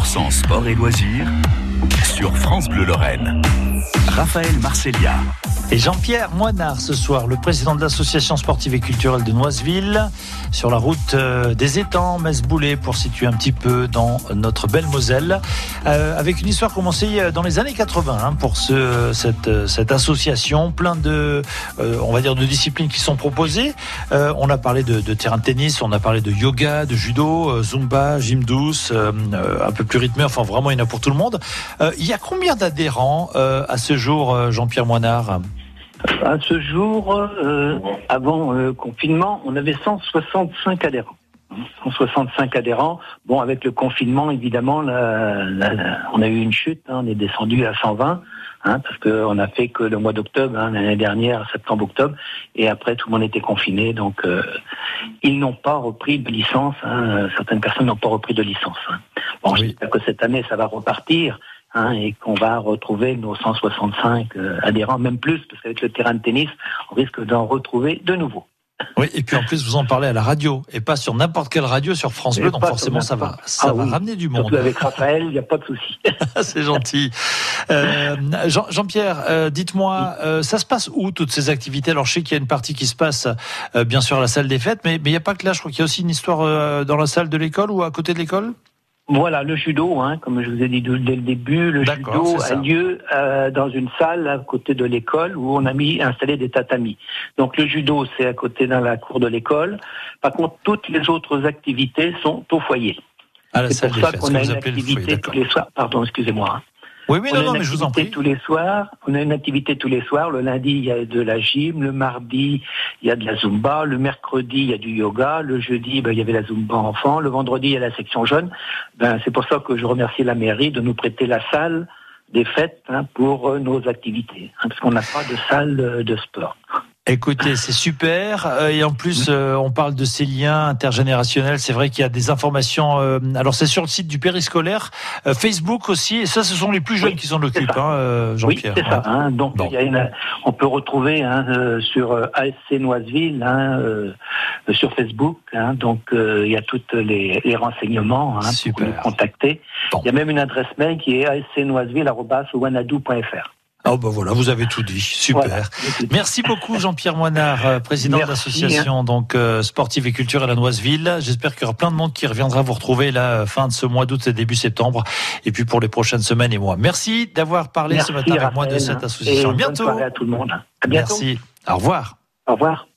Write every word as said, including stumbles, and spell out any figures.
cent sport et loisirs sur France Bleu Lorraine. Raphaël Marcellia. Et Jean-Pierre Moinard ce soir, le président de l'association sportive et culturelle de Noiseville, sur la route des étangs, Metz-Boulay, pour situer un petit peu dans notre belle Moselle, euh, avec une histoire commencée dans les années quatre-vingts hein, pour ce, cette, cette association, plein de, euh, on va dire, de disciplines qui sont proposées. Euh, on a parlé de, de terrain de tennis, on a parlé de yoga, de judo, euh, zumba, gym douce, euh, un peu plus rythmé. Enfin, vraiment, il y en a pour tout le monde. Euh, il y a combien d'adhérents euh, à ce jour, Jean-Pierre Moinard ? À ce jour, euh, avant le euh, confinement, on avait cent soixante-cinq adhérents. cent soixante-cinq adhérents. Bon, avec le confinement, évidemment, la, la, la, on a eu une chute. Hein, on est descendu à cent vingt, hein, parce qu'on a fait que le mois d'octobre, hein, l'année dernière, septembre-octobre, et après tout le monde était confiné. Donc, euh, ils n'ont pas repris de licence. Hein, certaines personnes n'ont pas repris de licence. Hein. Bon, oui. J'espère que cette année, ça va repartir. Hein, et qu'on va retrouver nos cent soixante-cinq euh, adhérents, même plus, parce qu'avec le terrain de tennis, on risque d'en retrouver de nouveau. Oui, et puis en plus, vous en parlez à la radio, et pas sur n'importe quelle radio, sur France Bleu, donc forcément, ça va, ça ah, va oui. ramener du monde. Surtout avec Raphaël, il n'y a pas de souci. C'est gentil. Euh, Jean, Jean-Pierre, euh, dites-moi, euh, ça se passe où, toutes ces activités ? Alors, je sais qu'il y a une partie qui se passe, euh, bien sûr, à la salle des fêtes, mais il n'y a pas que là, je crois qu'il y a aussi une histoire euh, dans la salle de l'école ou à côté de l'école ? Voilà, le judo, hein, comme je vous ai dit dès le début, le D'accord, judo a lieu euh, dans une salle à côté de l'école où on a mis installé des tatamis. Donc le judo, c'est à côté dans la cour de l'école. Par contre, toutes les autres activités sont au foyer. À la c'est salle pour ça des qu'on a fêtes, une activité tous les soirs. Pardon, excusez-moi. Hein. Oui, oui, on non, a non, une mais je vous en prie. Tous les soirs, on a une activité tous les soirs. Le lundi, il y a de la gym. Le mardi, il y a de la zumba. Le mercredi, il y a du yoga. Le jeudi, ben, il y avait la zumba enfant. Le vendredi, il y a la section jeune. Ben, c'est pour ça que je remercie la mairie de nous prêter la salle des fêtes hein, pour euh, nos activités. Hein, parce qu'on n'a pas de salle euh, de sport. Écoutez, c'est super. Et en plus, euh, on parle de ces liens intergénérationnels. C'est vrai qu'il y a des informations. Euh, alors, c'est sur le site du périscolaire, euh, Facebook aussi. Et ça, ce sont les plus jeunes oui, qui s'en occupent, hein, euh, Jean-Pierre. Oui, c'est ça. Hein. Donc, bon. il y a une, on peut retrouver hein, euh, sur euh, A S C Noiseville, hein, euh, sur Facebook. Hein, donc, euh, il y a tous les, les renseignements hein, pour nous contacter. Bon. Il y a même une adresse mail qui est a s c noiseville arobase wanadoo point f r. Oh ben voilà, vous avez tout dit, super. Voilà. Merci beaucoup Jean-Pierre Moinard, président Merci, de l'association hein. donc euh, sportive et culturelle à Noiseville. J'espère qu'il y aura plein de monde qui reviendra vous retrouver la fin de ce mois d'août et début septembre, et puis pour les prochaines semaines et mois. Merci d'avoir parlé Merci, ce matin avec Raphaël, moi de cette association. Et bientôt. Bonne soirée à tout le monde. À bientôt. Merci. Au revoir. Au revoir.